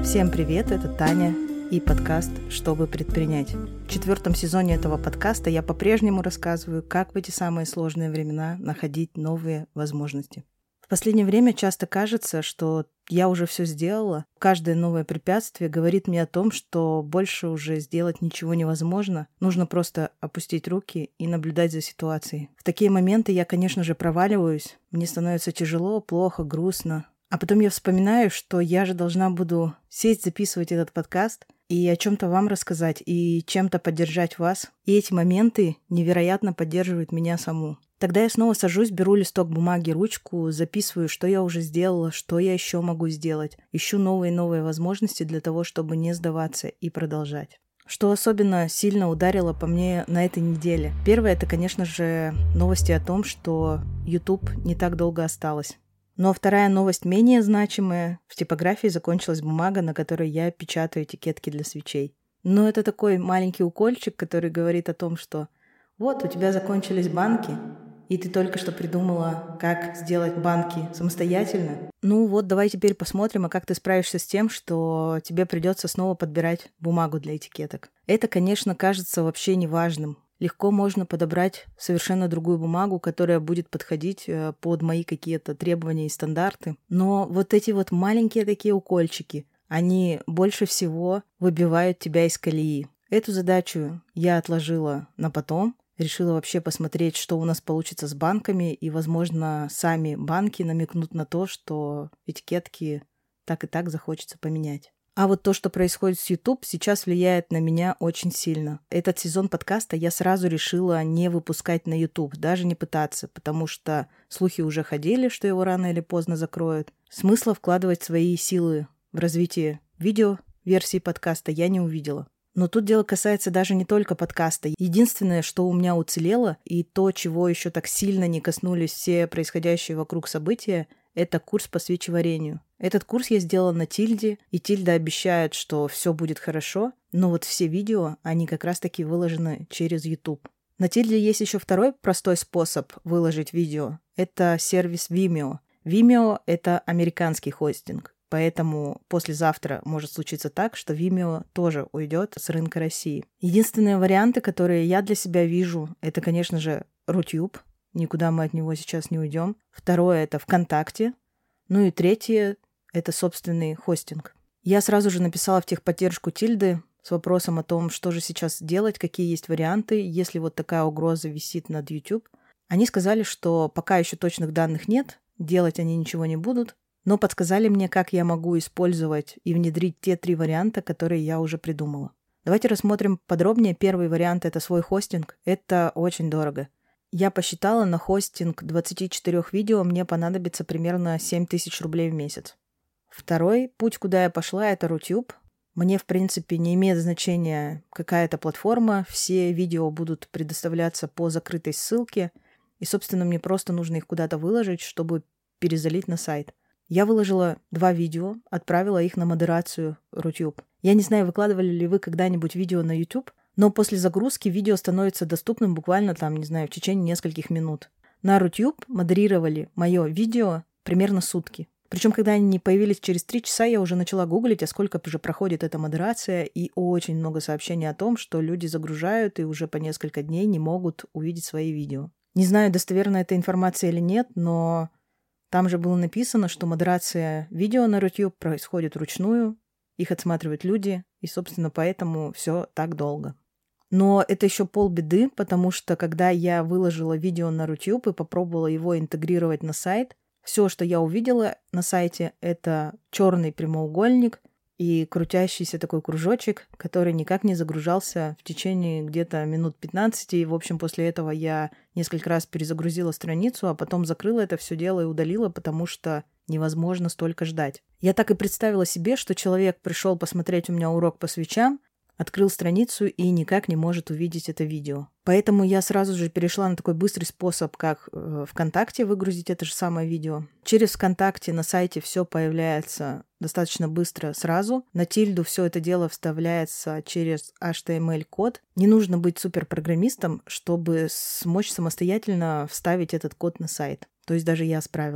Всем привет, это Таня и подкаст «Чтобы предпринять». В 4 сезоне этого подкаста я по-прежнему рассказываю, как в эти самые сложные времена находить новые возможности. В последнее время часто кажется, что я уже все сделала. Каждое новое препятствие говорит мне о том, что больше уже сделать ничего невозможно. Нужно просто опустить руки и наблюдать за ситуацией. В такие моменты я, конечно же, проваливаюсь. Мне становится тяжело, плохо, грустно. А потом я вспоминаю, что я же должна буду сесть, записывать этот подкаст и о чем-то вам рассказать, и чем-то поддержать вас. И эти моменты невероятно поддерживают меня саму. Тогда я снова сажусь, беру листок бумаги, ручку, записываю, что я уже сделала, что я еще могу сделать. Ищу новые и новые возможности для того, чтобы не сдаваться и продолжать. Что особенно сильно ударило по мне на этой неделе? Первое, это, конечно же, новости о том, что YouTube не так долго осталось. Но вторая новость менее значимая. В типографии закончилась бумага, на которой я печатаю этикетки для свечей. Но это такой маленький укольчик, который говорит о том, что вот у тебя закончились банки, и ты только что придумала, как сделать банки самостоятельно. Ну вот, давай теперь посмотрим, как ты справишься с тем, что тебе придется снова подбирать бумагу для этикеток. Это, конечно, кажется вообще неважным. Легко можно подобрать совершенно другую бумагу, которая будет подходить под мои какие-то требования и стандарты. Но вот эти вот маленькие такие укольчики, они больше всего выбивают тебя из колеи. Эту задачу я отложила на потом. Решила вообще посмотреть, что у нас получится с банками, и, возможно, сами банки намекнут на то, что этикетки так и так захочется поменять. А вот то, что происходит с YouTube, сейчас влияет на меня очень сильно. Этот сезон подкаста я сразу решила не выпускать на YouTube, даже не пытаться, потому что слухи уже ходили, что его рано или поздно закроют. Смысла вкладывать свои силы в развитие видео-версии подкаста я не увидела. Но тут дело касается даже не только подкаста. Единственное, что у меня уцелело, и то, чего еще так сильно не коснулись все происходящие вокруг события, это курс по свечеварению. Этот курс я сделала на Тильде, и Тильда обещает, что все будет хорошо, но вот все видео, они как раз-таки выложены через YouTube. На Тильде есть еще второй простой способ выложить видео. Это сервис Vimeo. Vimeo — это американский хостинг. Поэтому послезавтра может случиться так, что Vimeo тоже уйдет с рынка России. Единственные варианты, которые я для себя вижу, это, конечно же, Рутюб. Никуда мы от него сейчас не уйдем. Второе — это ВКонтакте. Ну и третье — это собственный хостинг. Я сразу же написала в техподдержку Тильды с вопросом о том, что же сейчас делать, какие есть варианты, если вот такая угроза висит над YouTube. Они сказали, что пока еще точных данных нет, делать они ничего не будут, но подсказали мне, как я могу использовать и внедрить те 3 варианта, которые я уже придумала. Давайте рассмотрим подробнее. Первый вариант — это свой хостинг. Это очень дорого. Я посчитала, на хостинг 24 видео мне понадобится примерно 7000 рублей в месяц. Второй путь, куда я пошла, это Рутюб. Мне, в принципе, не имеет значения, какая это платформа. Все видео будут предоставляться по закрытой ссылке. И, собственно, мне просто нужно их куда-то выложить, чтобы перезалить на сайт. Я выложила 2 видео, отправила их на модерацию Рутюб. Я не знаю, выкладывали ли вы когда-нибудь видео на YouTube, но после загрузки видео становится доступным буквально в течение нескольких минут. На Рутюб модерировали мое видео примерно сутки. Причем, когда они появились через 3 часа, я уже начала гуглить, а сколько же проходит эта модерация, и очень много сообщений о том, что люди загружают и уже по несколько дней не могут увидеть свои видео. Не знаю, достоверна эта информация или нет, но там же было написано, что модерация видео на Рутюб происходит вручную, их отсматривают люди, и, собственно, поэтому все так долго. Но это еще полбеды, потому что когда я выложила видео на Рутюб и попробовала его интегрировать на сайт, все, что я увидела на сайте, это черный прямоугольник и крутящийся такой кружочек, который никак не загружался в течение где-то минут 15. И, в общем, после этого я несколько раз перезагрузила страницу, а потом закрыла это все дело и удалила, потому что невозможно столько ждать. Я так и представила себе, что человек пришел посмотреть у меня урок по свечам, открыл страницу и никак не может увидеть это видео. Поэтому я сразу же перешла на такой быстрый способ, как ВКонтакте выгрузить это же самое видео. Через ВКонтакте на сайте все появляется достаточно быстро сразу. На Тильду все это дело вставляется через HTML-код. Не нужно быть суперпрограммистом, чтобы смочь самостоятельно вставить этот код на сайт. То есть даже я справилась.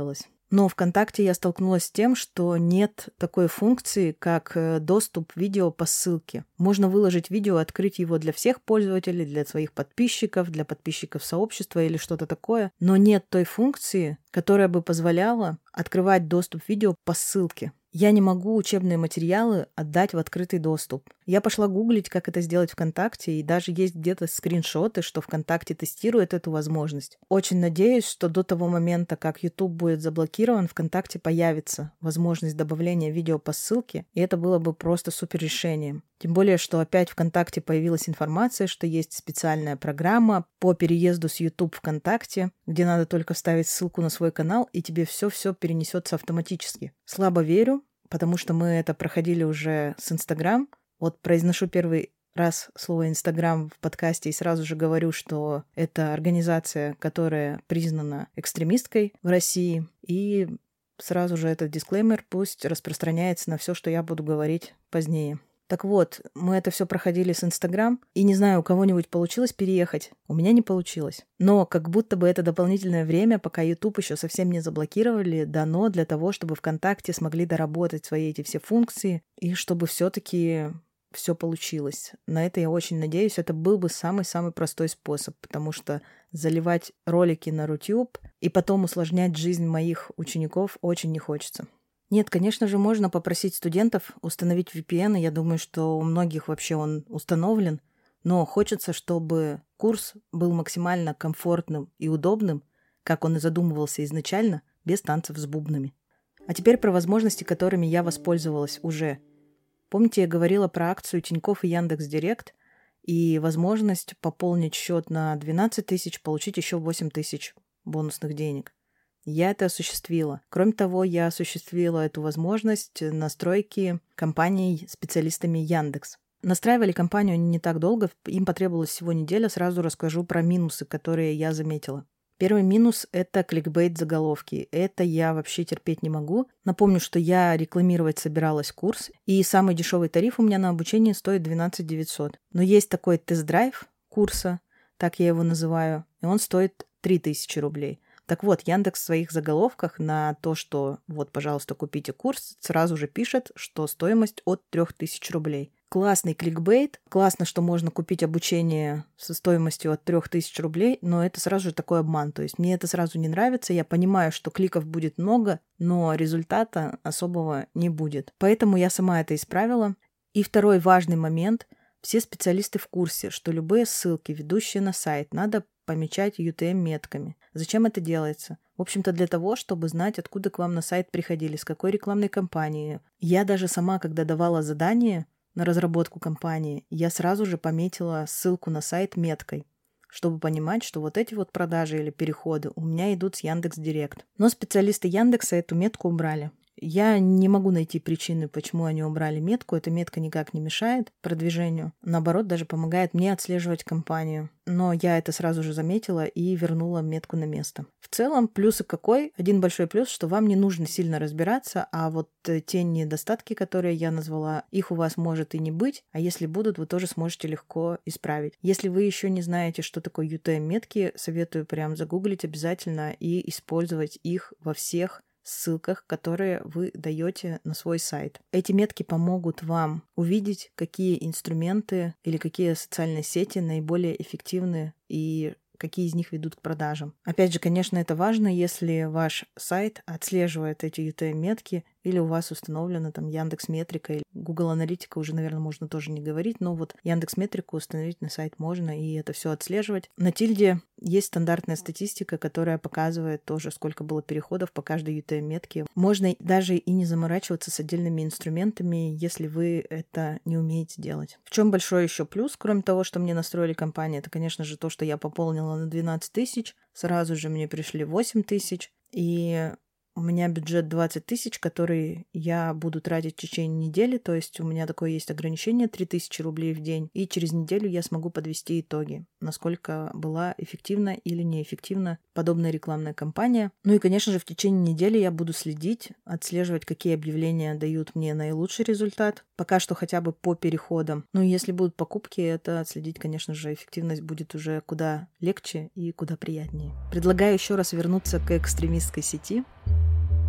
Но ВКонтакте я столкнулась с тем, что нет такой функции, как доступ видео по ссылке. Можно выложить видео, открыть его для всех пользователей, для своих подписчиков, для подписчиков сообщества или что-то такое, но нет той функции, которая бы позволяла открывать доступ видео по ссылке. Я не могу учебные материалы отдать в открытый доступ. Я пошла гуглить, как это сделать ВКонтакте, и даже есть где-то скриншоты, что ВКонтакте тестирует эту возможность. Очень надеюсь, что до того момента, как YouTube будет заблокирован, ВКонтакте появится возможность добавления видео по ссылке, и это было бы просто супер решением. Тем более, что опять ВКонтакте появилась информация, что есть специальная программа по переезду с YouTube ВКонтакте, где надо только вставить ссылку на свой канал, и тебе все перенесется автоматически. Слабо верю, потому что мы это проходили уже с Instagram. Вот произношу первый раз слово «Инстаграм» в подкасте и сразу же говорю, что это организация, которая признана экстремисткой в России. И сразу же этот дисклеймер пусть распространяется на все, что я буду говорить позднее. Так вот, мы это все проходили с Инстаграм, и не знаю, у кого-нибудь получилось переехать. У меня не получилось. Но как будто бы это дополнительное время, пока YouTube еще совсем не заблокировали, дано для того, чтобы ВКонтакте смогли доработать свои эти все функции, и чтобы все-таки все получилось. На это я очень надеюсь. Это был бы самый-самый простой способ, потому что заливать ролики на Рутюб и потом усложнять жизнь моих учеников очень не хочется. Нет, конечно же, можно попросить студентов установить VPN, и я думаю, что у многих вообще он установлен, но хочется, чтобы курс был максимально комфортным и удобным, как он и задумывался изначально, без танцев с бубнами. А теперь про возможности, которыми я воспользовалась уже. Помните, я говорила про акцию Тинькофф и Яндекс.Директ и возможность пополнить счет на 12 тысяч, получить еще 8 тысяч бонусных денег. Я это осуществила. Кроме того, я осуществила эту возможность настройки компаний специалистами Яндекс. Настраивали компанию они не так долго, им потребовалась всего неделя. Сразу расскажу про минусы, которые я заметила. Первый минус – это кликбейт-заголовки. Это я вообще терпеть не могу. Напомню, что я рекламировать собиралась курс, и самый дешевый тариф у меня на обучение стоит 12 900. Но есть такой тест-драйв курса, так я его называю, и он стоит 3000 рублей. Так вот, Яндекс в своих заголовках на то, что вот, пожалуйста, купите курс, сразу же пишет, что стоимость от 3000 рублей. Классный кликбейт, классно, что можно купить обучение со стоимостью от 3000 рублей, но это сразу же такой обман. То есть мне это сразу не нравится, я понимаю, что кликов будет много, но результата особого не будет. Поэтому я сама это исправила. И второй важный момент. Все специалисты в курсе, что любые ссылки, ведущие на сайт, надо помечать UTM-метками. Зачем это делается? В общем-то, для того, чтобы знать, откуда к вам на сайт приходили, с какой рекламной кампании. Я даже сама, когда давала задание на разработку кампании, я сразу же пометила ссылку на сайт меткой, чтобы понимать, что вот эти вот продажи или переходы у меня идут с Яндекс.Директ. Но специалисты Яндекса эту метку убрали. Я не могу найти причины, почему они убрали метку. Эта метка никак не мешает продвижению. Наоборот, даже помогает мне отслеживать компанию. Но я это сразу же заметила и вернула метку на место. В целом, плюсы какой? Один большой плюс, что вам не нужно сильно разбираться, а вот те недостатки, которые я назвала, их у вас может и не быть, а если будут, вы тоже сможете легко исправить. Если вы еще не знаете, что такое UTM-метки, советую прям загуглить обязательно и использовать их во всех ссылках, которые вы даете на свой сайт. Эти метки помогут вам увидеть, какие инструменты или какие социальные сети наиболее эффективны и какие из них ведут к продажам. Опять же, конечно, это важно, если ваш сайт отслеживает эти UTM-метки или у вас установлена там Яндекс.Метрика или Google Аналитика, уже, наверное, можно тоже не говорить, но вот Яндекс.Метрику установить на сайт можно и это все отслеживать. На Тильде есть стандартная статистика, которая показывает тоже, сколько было переходов по каждой UTM-метке. Можно даже и не заморачиваться с отдельными инструментами, если вы это не умеете делать. В чем большой еще плюс, кроме того, что мне настроили компанию, это, конечно же, то, что я пополнила на 12 тысяч, сразу же мне пришли 8 тысяч, и у меня бюджет 20 тысяч, который я буду тратить в течение недели, то есть у меня такое есть ограничение 3000 рублей в день, и через неделю я смогу подвести итоги, насколько была эффективна или неэффективна подобная рекламная кампания. Ну и, конечно же, в течение недели я буду следить, отслеживать, какие объявления дают мне наилучший результат, пока что хотя бы по переходам. Ну и если будут покупки, это отследить, конечно же, эффективность будет уже куда легче и куда приятнее. Предлагаю еще раз вернуться к экстремистской сети.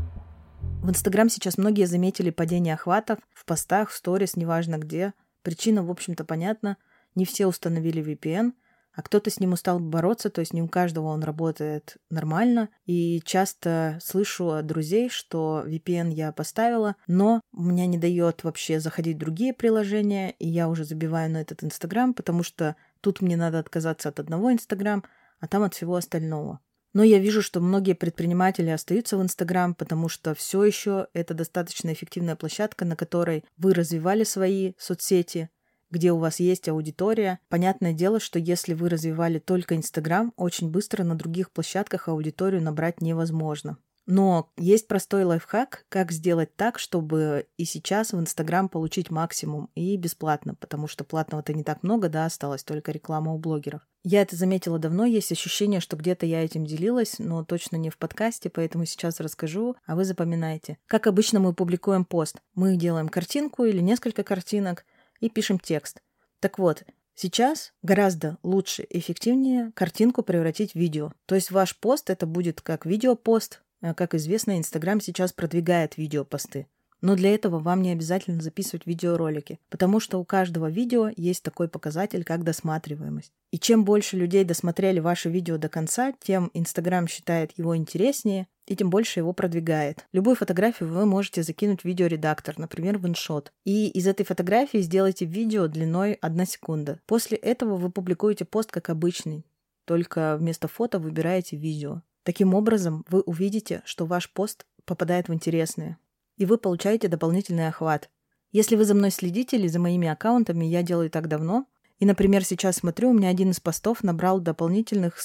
В Инстаграм сейчас многие заметили падение охватов в постах, в сторис, неважно где. Причина, в общем-то, понятна. Не все установили VPN, а кто-то с ним устал бороться, то есть не у каждого он работает нормально. И часто слышу от друзей, что VPN я поставила, но у меня не дает вообще заходить в другие приложения, и я уже забиваю на этот Инстаграм, потому что тут мне надо отказаться от одного Инстаграм, а там от всего остального. Но я вижу, что многие предприниматели остаются в Инстаграм, потому что все еще это достаточно эффективная площадка, на которой вы развивали свои соцсети, где у вас есть аудитория. Понятное дело, что если вы развивали только Инстаграм, очень быстро на других площадках аудиторию набрать невозможно. Но есть простой лайфхак, как сделать так, чтобы и сейчас в Инстаграм получить максимум и бесплатно, потому что платного-то не так много, да, осталось только реклама у блогеров. Я это заметила давно, есть ощущение, что где-то я этим делилась, но точно не в подкасте, поэтому сейчас расскажу, а вы запоминайте. Как обычно мы публикуем пост. Мы делаем картинку или несколько картинок и пишем текст. Так вот, сейчас гораздо лучше и эффективнее картинку превратить в видео. То есть ваш пост это будет как видеопост. Как известно, Инстаграм сейчас продвигает видеопосты. Но для этого вам не обязательно записывать видеоролики, потому что у каждого видео есть такой показатель, как досматриваемость. И чем больше людей досмотрели ваше видео до конца, тем Инстаграм считает его интереснее, и тем больше его продвигает. Любую фотографию вы можете закинуть в видеоредактор, например, в InShot. И из этой фотографии сделайте видео длиной 1 секунда. После этого вы публикуете пост как обычный, только вместо фото выбираете видео. Таким образом, вы увидите, что ваш пост попадает в интересные, и вы получаете дополнительный охват. Если вы за мной следите или за моими аккаунтами, я делаю так давно, и, например, сейчас смотрю, у меня один из постов набрал дополнительных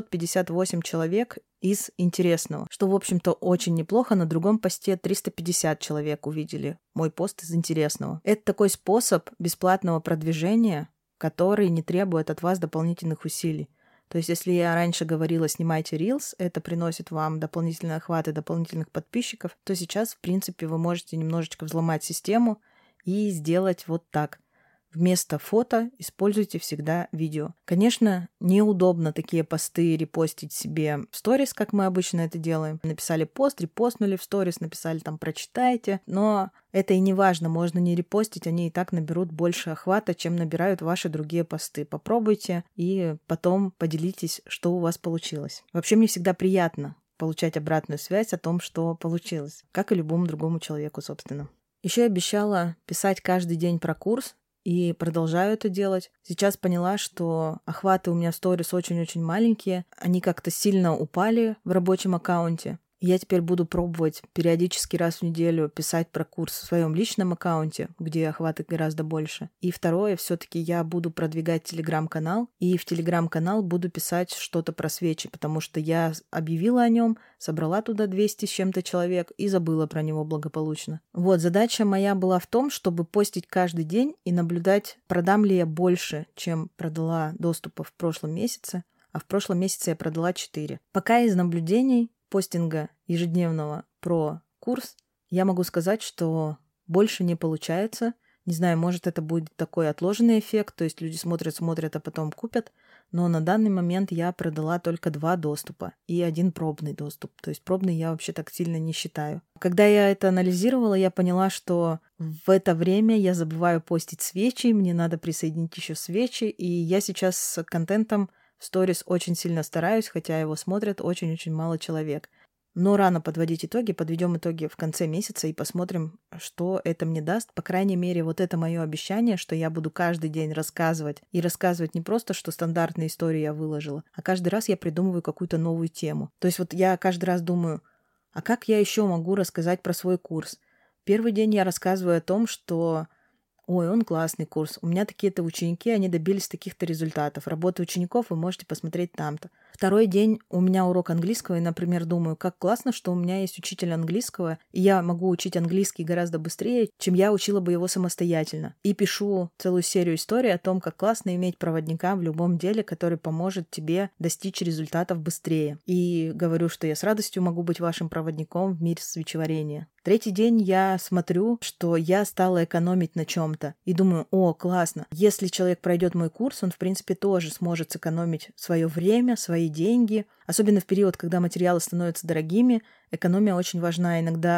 758 человек из интересного, что, в общем-то, очень неплохо. На другом посте 350 человек увидели мой пост из интересного. Это такой способ бесплатного продвижения, который не требует от вас дополнительных усилий. То есть, если я раньше говорила, снимайте Reels, это приносит вам дополнительный охват и дополнительных подписчиков, то сейчас, в принципе, вы можете немножечко взломать систему и сделать вот так. Вместо фото используйте всегда видео. Конечно, неудобно такие посты репостить себе в сторис, как мы обычно это делаем. Написали пост, репостнули в сторис, написали там «прочитайте», но это и не важно, можно не репостить, они и так наберут больше охвата, чем набирают ваши другие посты. Попробуйте и потом поделитесь, что у вас получилось. Вообще мне всегда приятно получать обратную связь о том, что получилось, как и любому другому человеку, собственно. Еще я обещала писать каждый день про курс, и продолжаю это делать. Сейчас поняла, что охваты у меня в сторис очень-очень маленькие. Они как-то сильно упали в рабочем аккаунте. Я теперь буду пробовать периодически раз в неделю писать про курс в своем личном аккаунте, где охваты гораздо больше. И второе, все-таки я буду продвигать телеграм-канал, и в телеграм-канал буду писать что-то про свечи, потому что я объявила о нем, собрала туда 200 с чем-то человек и забыла про него благополучно. Вот, задача моя была в том, чтобы постить каждый день и наблюдать, продам ли я больше, чем продала доступа в прошлом месяце, а в прошлом месяце я продала 4. Пока из наблюдений постинга ежедневного про курс, я могу сказать, что больше не получается. Не знаю, может, это будет такой отложенный эффект, то есть люди смотрят, а потом купят, но на данный момент я продала только 2 доступа и 1 пробный доступ. То есть пробный я вообще так сильно не считаю. Когда я это анализировала, я поняла, что в это время я забываю постить свечи, мне надо присоединить еще свечи, и я сейчас с контентом в сторис очень сильно стараюсь, хотя его смотрят очень-очень мало человек. Но рано подводить итоги, подведем итоги в конце месяца и посмотрим, что это мне даст. По крайней мере, вот это мое обещание, что я буду каждый день рассказывать. И рассказывать не просто, что стандартные истории я выложила, а каждый раз я придумываю какую-то новую тему. То есть вот я каждый раз думаю, а как я еще могу рассказать про свой курс? Первый день я рассказываю о том, что ой, он классный курс. У меня такие-то ученики, они добились таких-то результатов. Работы учеников вы можете посмотреть там-то. Второй день у меня урок английского, и, например, думаю, как классно, что у меня есть учитель английского, и я могу учить английский гораздо быстрее, чем я учила бы его самостоятельно. И пишу целую серию историй о том, как классно иметь проводника в любом деле, который поможет тебе достичь результатов быстрее. И говорю, что я с радостью могу быть вашим проводником в мире свечеварения. Третий день я смотрю, что я стала экономить на чем-то. И думаю, о, классно. Если человек пройдет мой курс, он, в принципе, тоже сможет сэкономить свое время, свои деньги. Особенно в период, когда материалы становятся дорогими, экономия очень важна. Иногда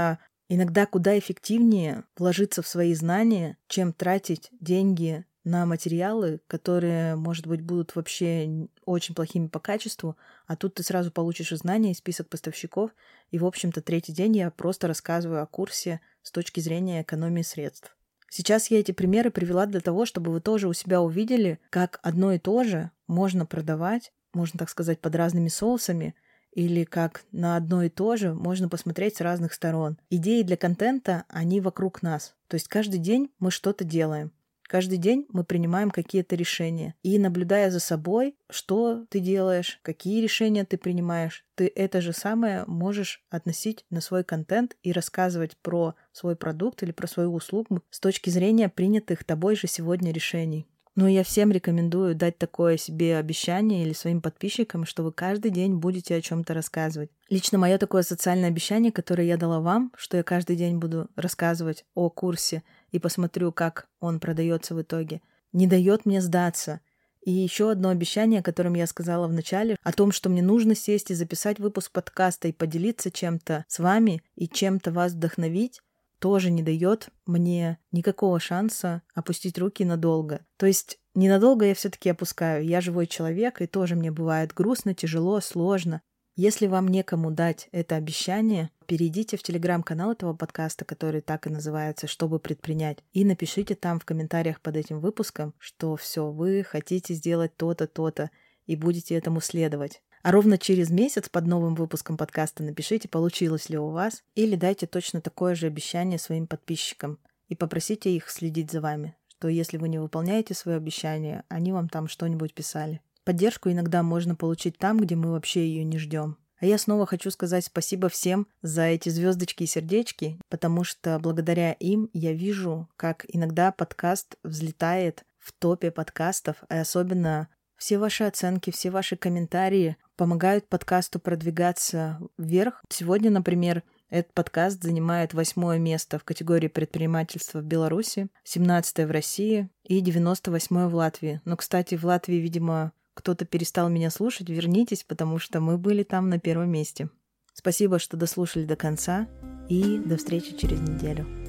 Иногда куда эффективнее вложиться в свои знания, чем тратить деньги на материалы, которые, может быть, будут вообще очень плохими по качеству, а тут ты сразу получишь и знания, и список поставщиков. И, в общем-то, третий день я просто рассказываю о курсе с точки зрения экономии средств. Сейчас я эти примеры привела для того, чтобы вы тоже у себя увидели, как одно и то же можно продавать, можно так сказать, под разными соусами, или как на одно и то же можно посмотреть с разных сторон. Идеи для контента, они вокруг нас. То есть каждый день мы что-то делаем. Каждый день мы принимаем какие-то решения. И наблюдая за собой, что ты делаешь, какие решения ты принимаешь, ты это же самое можешь относить на свой контент и рассказывать про свой продукт или про свою услугу с точки зрения принятых тобой же сегодня решений. Но я всем рекомендую дать такое себе обещание или своим подписчикам, что вы каждый день будете о чем-то рассказывать. Лично мое такое социальное обещание, которое я дала вам, что я каждый день буду рассказывать о курсе и посмотрю, как он продается в итоге, не дает мне сдаться. И еще одно обещание, которым я сказала в начале, о том, что мне нужно сесть и записать выпуск подкаста и поделиться чем-то с вами и чем-то вас вдохновить, тоже не дает мне никакого шанса опустить руки надолго. То есть ненадолго я все-таки опускаю. Я живой человек, и тоже мне бывает грустно, тяжело, сложно. Если вам некому дать это обещание, перейдите в телеграм-канал этого подкаста, который так и называется «Чтобы предпринять», и напишите там в комментариях под этим выпуском, что все, вы хотите сделать то-то, то-то, и будете этому следовать. А ровно через месяц под новым выпуском подкаста напишите, получилось ли у вас, или дайте точно такое же обещание своим подписчикам и попросите их следить за вами, что если вы не выполняете свое обещание, они вам там что-нибудь писали. Поддержку иногда можно получить там, где мы вообще ее не ждем. А я снова хочу сказать спасибо всем за эти звездочки и сердечки, потому что благодаря им я вижу, как иногда подкаст взлетает в топе подкастов, и особенно все ваши оценки, все ваши комментарии помогают подкасту продвигаться вверх. Сегодня, например, этот подкаст занимает 8-е место в категории предпринимательства в Беларуси, 17-е в России и 98-е в Латвии. Но, кстати, в Латвии, видимо, кто-то перестал меня слушать. Вернитесь, потому что мы были там на 1-м месте. Спасибо, что дослушали до конца, и до встречи через неделю.